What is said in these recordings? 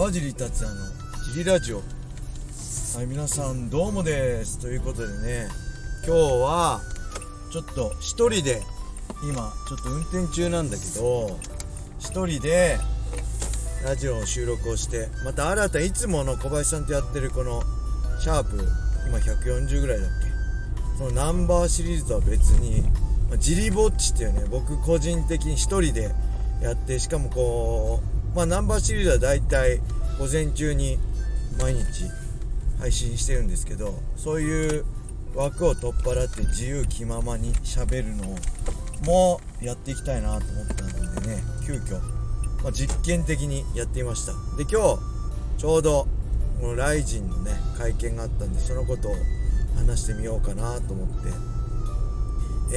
川尻達也のジリラジオ。はい、皆さんどうもです。ということでね、今日はちょっと一人で、今ちょっと運転中なんだけど、一人でラジオの収録をして、また新たいつもの小林さんとやってるこのシャープ、今140ぐらいだっけ、そのナンバーシリーズとは別に、ジリぼっちっていうね、僕個人的に一人でやって、しかもこうナンバーシリーズはだいたい午前中に毎日配信してるんですけど、そういう枠を取っ払って自由気ままに喋るのもやっていきたいなと思ったのでね、急遽、実験的にやってみました。で、今日ちょうどこのライジンのね会見があったんで、そのことを話してみようかなと思って、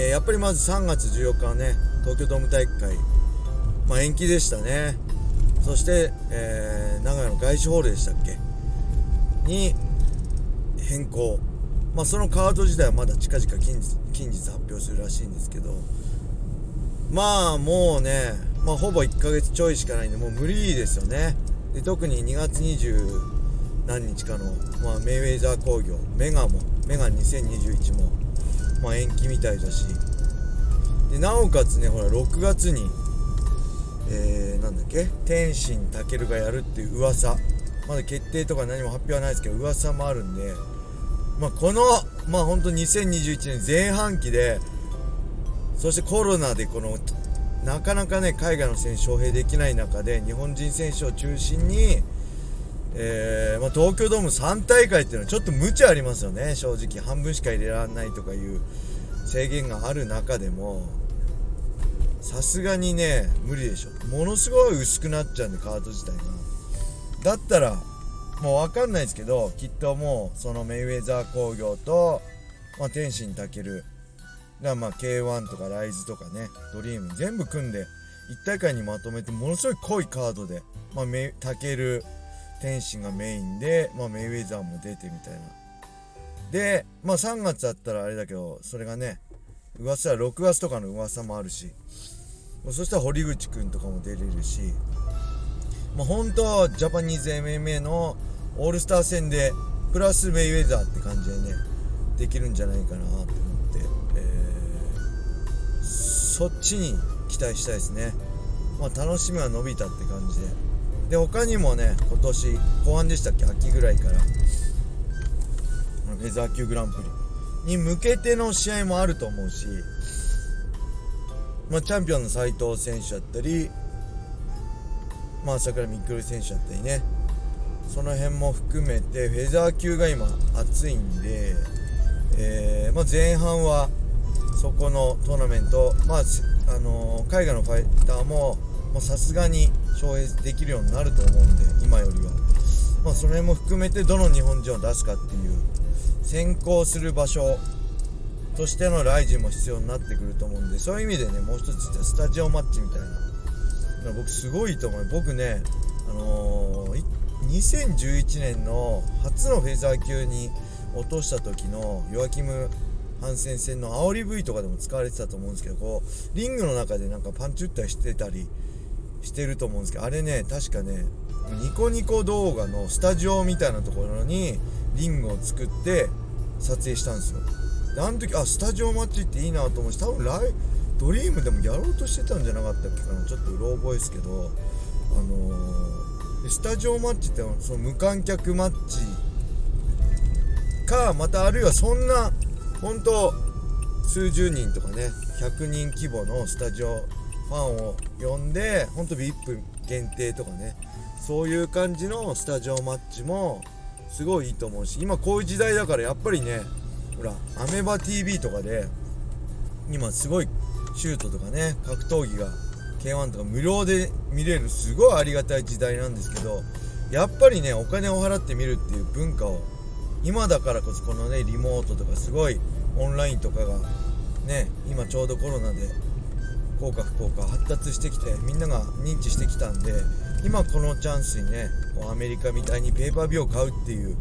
やっぱりまず3月14日はね、東京ドーム大会、延期でしたね。そして、名古屋の外資ホールでしたっけに変更。そのカード自体はまだ近々近日発表するらしいんですけど、もうね、ほぼ1ヶ月ちょいしかないんで、もう無理ですよね。で、特に2月20何日かの、メイウェザー工業メガ2021も、延期みたいだし、でなおかつね、ほら6月になんだっけ、天心健がやるっていう噂、まだ決定とか何も発表はないですけど、噂もあるんで、この本当2021年前半期で、そしてコロナでこのなかなかね海外の選手招聘できない中で、日本人選手を中心に、東京ドーム3大会っていうのはちょっと無茶ありますよね。正直半分しか入れられないとかいう制限がある中でも、さすがにね無理でしょ。ものすごい薄くなっちゃうんで、カード自体が。だったらもう分かんないですけど、きっともうそのメイウェザー工業と、天心健がK1 とかライズとかね、ドリーム全部組んで一大会にまとめて、ものすごい濃いカードで、健天心がメインで、メイウェザーも出てみたいな。で3月だったらあれだけど、それがね噂は6月とかの噂もあるし、そしたら堀口くんとかも出れるし、本当ジャパニーズ MMA のオールスター戦でプラスメイウェザーって感じでねできるんじゃないかなと思って、そっちに期待したいですね。楽しみは伸びたって感じで、他にもね、今年後半でしたっけ、秋ぐらいからフェザー級グランプリに向けての試合もあると思うし、チャンピオンの斉藤選手だったり、朝倉未来選手だったりね、その辺も含めてフェザー級が今熱いんで、前半はそこのトーナメント、海外のファイターもさすがに招聘できるようになると思うんで、今よりは、その辺も含めてどの日本人を出すかっていう選考する場所としてのライジンも必要になってくると思うんで、そういう意味でね、もう一つスタジオマッチみたいな、僕すごいと思う。僕ね、2011年の初のフェザー級に落とした時のヨアキム・ハンセン戦の煽り V とかでも使われてたと思うんですけど、こうリングの中でなんかパンチ打ったりしてたりしてると思うんですけど、あれね、確かねニコニコ動画のスタジオみたいなところにリングを作って撮影したんですよ。で、あの時スタジオマッチっていいなと思うし、多分ドリームでもやろうとしてたんじゃなかったっけかな、ちょっとうろ覚えですけど、スタジオマッチってその無観客マッチか、またあるいはそんな本当数十人とかね、100人規模のスタジオファンを呼んで、本当 VIP 限定とかね、そういう感じのスタジオマッチもすごいいいと思うし、今こういう時代だからやっぱりね、ほらアメバ TV とかで今すごいシュートとかね、格闘技が K1 とか無料で見れる、すごいありがたい時代なんですけど、やっぱりねお金を払って見るっていう文化を、今だからこそこのねリモートとかすごいオンラインとかがね、今ちょうどコロナで効果不効果発達してきて、みんなが認知してきたんで、今このチャンスにね、アメリカみたいにペーパービューを買うっていう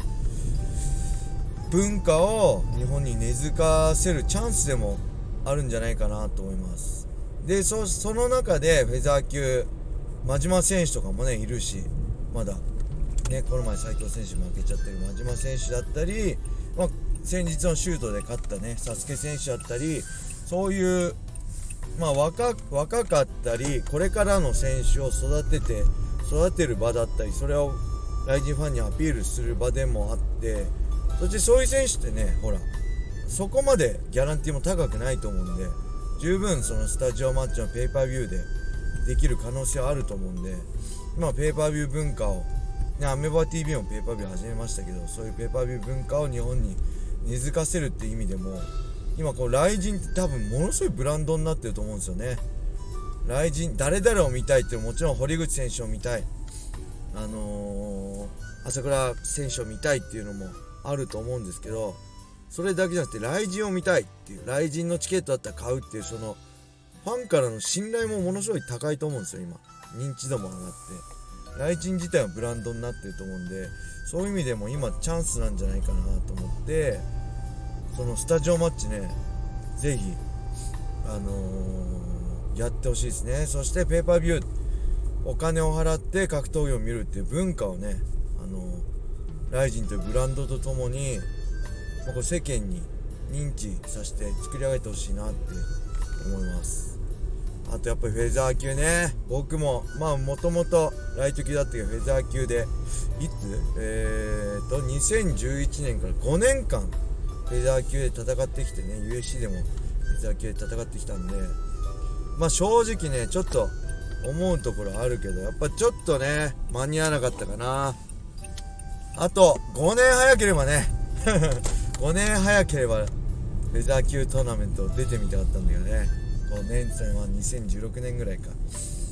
文化を日本に根付かせるチャンスでもあるんじゃないかなと思います。で、その中でフェザー級真島選手とかもねいるし、まだね、この前斉藤選手負けちゃってる真島選手だったり、先日のシュートで勝ったねサスケ選手だったり、そういう、若かったりこれからの選手を育てる場だったり、それをRIZINファンにアピールする場でもあって、そしてそういう選手ってね、ほらそこまでギャランティーも高くないと思うんで、十分そのスタジオマッチのペーパービューでできる可能性はあると思うんで、ペーパービュー文化をね、アメバ TV もペーパービュー始めましたけど、そういうペーパービュー文化を日本に根付かせるっていう意味でも、今こうRIZINって多分ものすごいブランドになってると思うんですよね。RIZIN誰々を見たいってもちろん堀口選手を見たい、朝倉選手を見たいっていうのもあると思うんですけど、それだけじゃなくてRIZINを見たいっていう、RIZINのチケットだったら買うっていう、そのファンからの信頼もものすごい高いと思うんですよ。今認知度も上がってRIZIN自体はブランドになってると思うんで、そういう意味でも今チャンスなんじゃないかなと思って、そのスタジオマッチね、ぜひやってほしいですね。そしてペーパービュー、お金を払って格闘技を見るっていう文化をね、RIZINというブランドとともに、こう世間に認知させて作り上げてほしいなって思います。あとやっぱりフェザー級ね、僕ももともとライト級だったけど、フェザー級でいつ2011年から5年間フェザー級で戦ってきてね、 UFC でもフェザー級で戦ってきたんで、正直ねちょっと思うところあるけど、やっぱちょっとね間に合わなかったかな。あと5年早ければね5年早ければフェザー級トーナメント出てみたかったんだよね。5年ってのは2016年ぐらいか。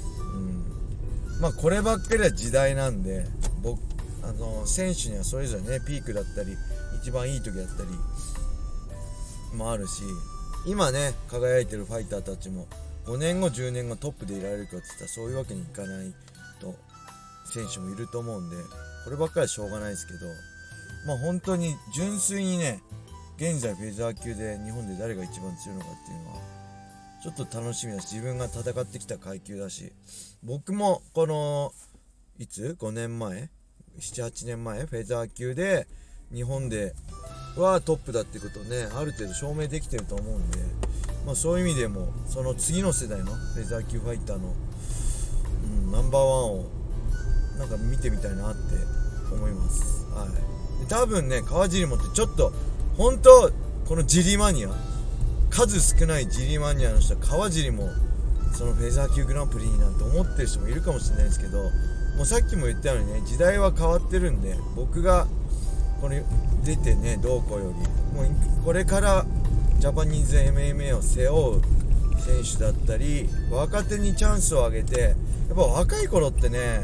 こればっかりは時代なんで、選手にはそれぞれねピークだったり一番いい時だったりもあるし、今ね輝いてるファイターたちも5年後10年後トップでいられるかって言ったらそういうわけにいかないと選手もいると思うんで、こればっかりはしょうがないですけど、本当に純粋にね、現在フェザー級で日本で誰が一番強いのかっていうのはちょっと楽しみだし、自分が戦ってきた階級だし、僕もこの5年前 7,8 年前フェザー級で日本ではトップだってことをねある程度証明できてると思うんで、そういう意味でもその次の世代のフェザー級ファイターの、ナンバーワンをなんか見てみたいなって思います。で多分ね川尻もってちょっと本当このジリマニア、数少ないジリマニアの人は川尻もそのフェザー級グランプリになんて思ってる人もいるかもしれないですけど、もうさっきも言ったようにね時代は変わってるんで、僕がこれ出てねどうこうよりもうこれからジャパニーズ MMA を背負う選手だったり若手にチャンスをあげて、やっぱ若い頃ってね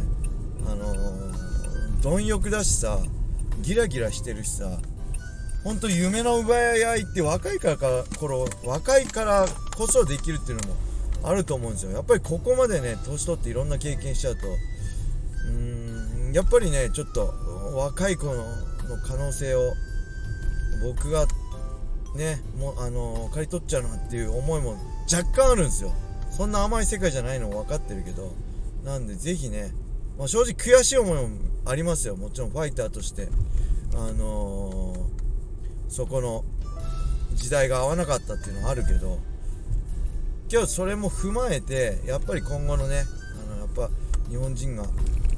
貪欲だしさ、ギラギラしてるしさ、本当夢の奪い合いって若いからこそできるっていうのもあると思うんですよ。やっぱりここまでね年取っていろんな経験しちゃうとやっぱりねちょっと若い子の可能性を僕がね刈り取っちゃうなっていう思いも若干あるんですよ。そんな甘い世界じゃないの分かってるけど、なんでぜひね、正直悔しい思いもありますよ。もちろんファイターとしてそこの時代が合わなかったっていうのはあるけど、今日それも踏まえてやっぱり今後のねやっぱ日本人が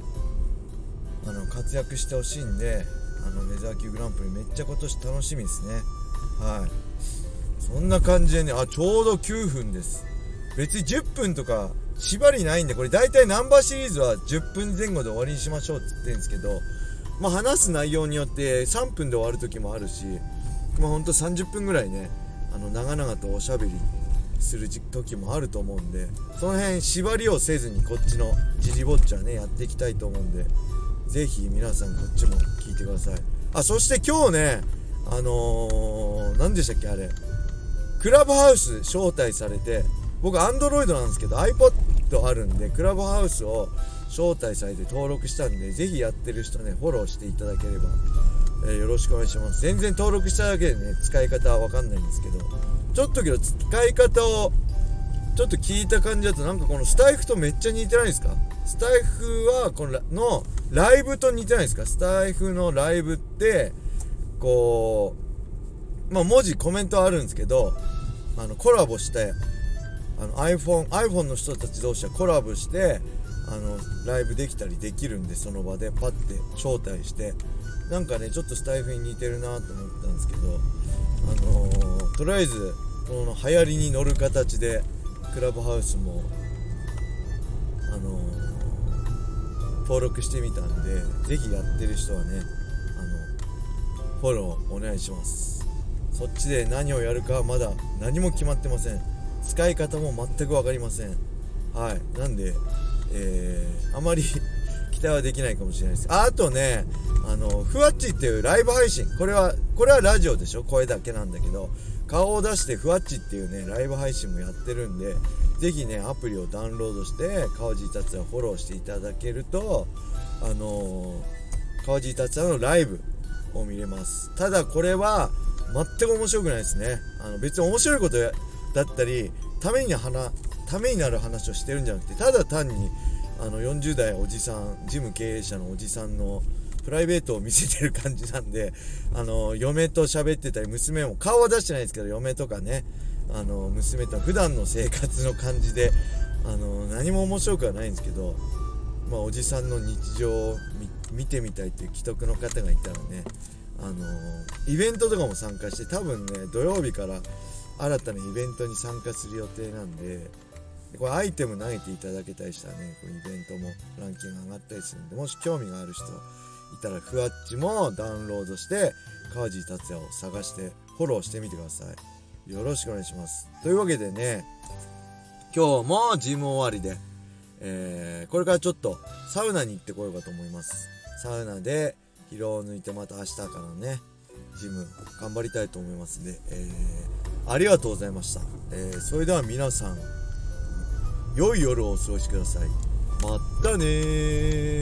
活躍してほしいんで、フェザー級グランプリめっちゃ今年楽しみですね。そんな感じでね、ちょうど9分です。別に10分とか縛りないんで、これ大体ナンバーシリーズは10分前後で終わりにしましょうって言ってるんですけど、話す内容によって3分で終わる時もあるし、ほんと30分ぐらいね長々とおしゃべりする時もあると思うんで、その辺縛りをせずにこっちのジリボッチャねやっていきたいと思うんで、ぜひ皆さんこっちも聞いてください。そして今日ね何でしたっけ、あれクラブハウス招待されて、僕アンドロイドなんですけど iPod あるんでクラブハウスを招待されて登録したんで、ぜひやってる人ねフォローしていただければ、よろしくお願いします。全然登録しただけでね使い方は分かんないんですけど、ちょっとけど使い方をちょっと聞いた感じだとなんかこのスタイフとめっちゃ似てないですか？スタイフはこのライブと似てないですか？スタイフのライブってこう文字コメントあるんですけど、コラボしてiPhone の人たち同士はコラボしてライブできたりできるんで、その場でパッて招待してなんかねちょっとスタイフに似てるなと思ったんですけど、とりあえずこの流行りに乗る形でクラブハウスも登録してみたんで、ぜひやってる人はねフォローお願いします。そっちで何をやるかはまだ何も決まってません。使い方も全く分かりません。はい、なんで、あまり期待はできないかもしれないです。あとねふわっちっていうライブ配信、これはラジオでしょ、声だけなんだけど顔を出してふわっちっていうねライブ配信もやってるんで、ぜひねアプリをダウンロードして川地達也をフォローしていただけると川地達也のライブを見れます。ただこれは全く面白くないですね。別に面白いことだったりためになる話をしてるんじゃなくて、ただ単に40代おじさん、ジム経営者のおじさんのプライベートを見せてる感じなんで、嫁と喋ってたり、娘も顔は出してないですけど嫁とかね娘と普段の生活の感じで何も面白くはないんですけど、おじさんの日常を見てみたいっていう既得の方がいたらねイベントとかも参加して、多分ね土曜日から新たなイベントに参加する予定なんで、これアイテム投げていただけたりしたらね、このイベントもランキング上がったりするんで、もし興味がある人いたらふわっちもダウンロードして川地達也を探してフォローしてみてください。よろしくお願いします。というわけでね、今日もジム終わりで、これからちょっとサウナに行ってこようかと思います。サウナで疲労を抜いてまた明日からねジム頑張りたいと思いますので、ありがとうございました。それでは皆さん良い夜をお過ごしください。またねー。